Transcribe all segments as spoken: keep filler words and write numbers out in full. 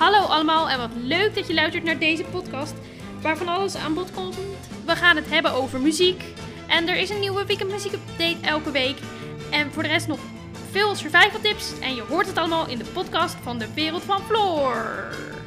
Hallo allemaal en wat leuk dat je luistert naar deze podcast waar van alles aan bod komt. We gaan het hebben over muziek en er is een nieuwe weekend muziek update elke week. En voor de rest nog veel survival tips en je hoort het allemaal in de podcast van de Wereld van Floor.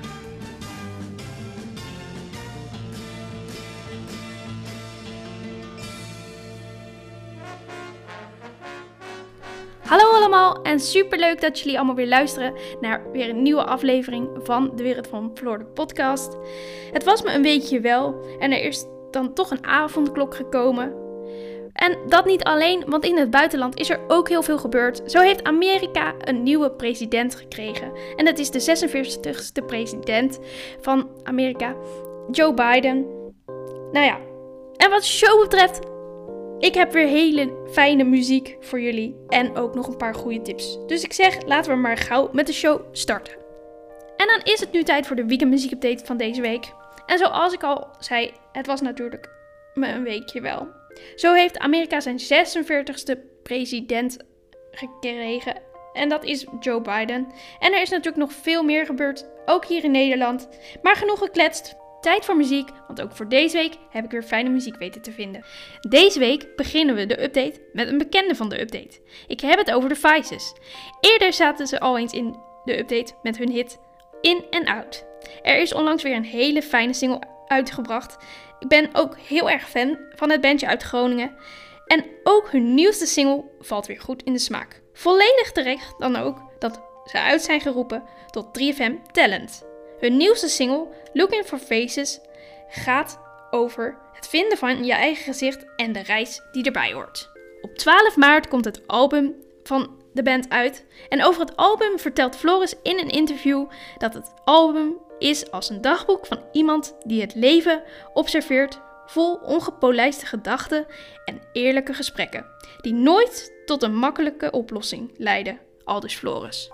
Hallo allemaal en superleuk dat jullie allemaal weer luisteren naar weer een nieuwe aflevering van de Wereld van Floor, de podcast. Het was me een weekje wel en er is dan toch een avondklok gekomen. En dat niet alleen, want in het buitenland is er ook heel veel gebeurd. Zo heeft Amerika een nieuwe president gekregen. En dat is de zesenveertigste president van Amerika, Joe Biden. Nou ja, en wat de show betreft, ik heb weer hele fijne muziek voor jullie en ook nog een paar goede tips. Dus ik zeg, laten we maar gauw met de show starten. En dan is het nu tijd voor de weekend muziek update van deze week. En zoals ik al zei, het was natuurlijk me een weekje wel. Zo heeft Amerika zijn zesenveertigste president gekregen. En dat is Joe Biden. En er is natuurlijk nog veel meer gebeurd, ook hier in Nederland. Maar genoeg gekletst. Tijd voor muziek, want ook voor deze week heb ik weer fijne muziek weten te vinden. Deze week beginnen we de update met een bekende van de update. Ik heb het over de Vices. Eerder zaten ze al eens in de update met hun hit In and Out. Er is onlangs weer een hele fijne single uitgebracht. Ik ben ook heel erg fan van het bandje uit Groningen. En ook hun nieuwste single valt weer goed in de smaak. Volledig terecht dan ook dat ze uit zijn geroepen tot drie F M Talent. Hun nieuwste single, Looking for Faces, gaat over het vinden van je eigen gezicht en de reis die erbij hoort. Op twaalf maart komt het album van de band uit. En over het album vertelt Floris in een interview dat het album is als een dagboek van iemand die het leven observeert, vol ongepolijste gedachten en eerlijke gesprekken, die nooit tot een makkelijke oplossing leiden, aldus Floris.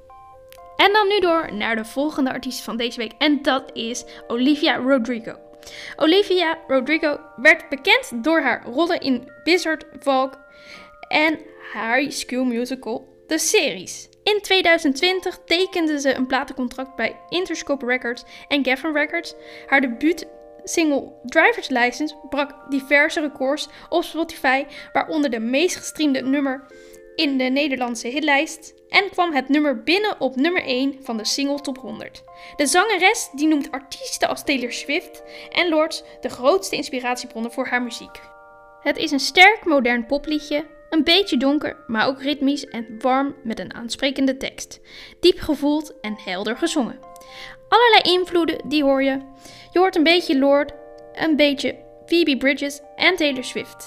En dan nu door naar de volgende artiest van deze week en dat is Olivia Rodrigo. Olivia Rodrigo werd bekend door haar rollen in Wizard Valk en High School Musical, de series. In tweeduizend twintig tekende ze een platencontract bij Interscope Records en Geffen Records. Haar debuutsingle Driver's License brak diverse records op Spotify, waaronder de meest gestreamde nummer in de Nederlandse hitlijst en kwam het nummer binnen op nummer één van de single top honderd. De zangeres die noemt artiesten als Taylor Swift en Lords de grootste inspiratiebronnen voor haar muziek. Het is een sterk modern popliedje, een beetje donker, maar ook ritmisch en warm met een aansprekende tekst. Diep gevoeld en helder gezongen. Allerlei invloeden, die hoor je. Je hoort een beetje Lord, een beetje Phoebe Bridgers en Taylor Swift.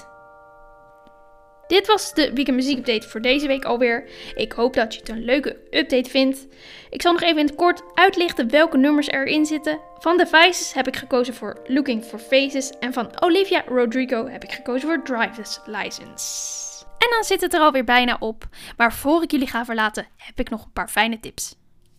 Dit was de weekend muziek update voor deze week alweer. Ik hoop dat je het een leuke update vindt. Ik zal nog even in het kort uitlichten welke nummers erin zitten. Van de Vices heb ik gekozen voor Looking for Faces. En van Olivia Rodrigo heb ik gekozen voor Driver's License. En dan zit het er alweer bijna op. Maar voor ik jullie ga verlaten heb ik nog een paar fijne tips.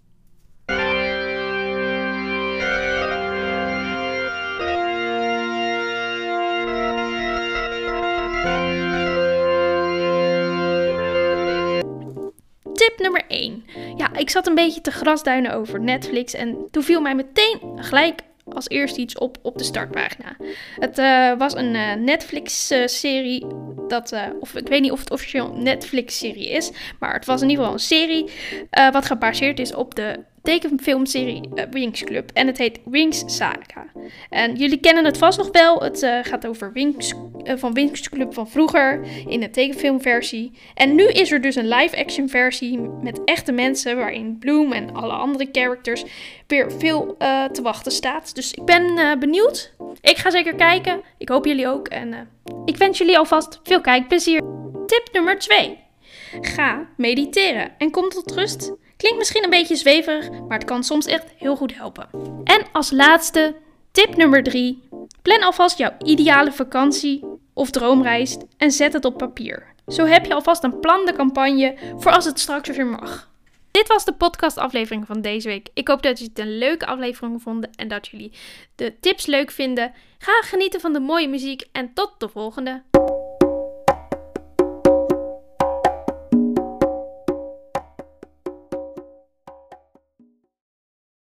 Tip nummer één. Ja, ik zat een beetje te grasduinen over Netflix en toen viel mij meteen gelijk als eerste iets op op de startpagina. Het uh, was een uh, Netflix-serie, dat, uh, of ik weet niet of het officieel een Netflix-serie is, maar het was in ieder geval een serie uh, wat gebaseerd is op de tekenfilmserie uh, Winx Club. En het heet Winx Saga. En jullie kennen het vast nog wel. Het uh, gaat over Winx, uh, van Winx Club van vroeger in de tekenfilmversie. En nu is er dus een live-action versie met echte mensen waarin Bloom en alle andere characters weer veel uh, te wachten staat. Dus ik ben uh, benieuwd. Ik ga zeker kijken. Ik hoop jullie ook. En uh, ik wens jullie alvast veel kijkplezier. Tip nummer twee. Ga mediteren en kom tot rust. Klinkt misschien een beetje zweverig, maar het kan soms echt heel goed helpen. En als laatste, tip nummer drie. Plan alvast jouw ideale vakantie of droomreis en zet het op papier. Zo heb je alvast een plande campagne voor als het straks weer mag. Dit was de podcastaflevering van deze week. Ik hoop dat jullie het een leuke aflevering vonden en dat jullie de tips leuk vinden. Ga genieten van de mooie muziek en tot de volgende.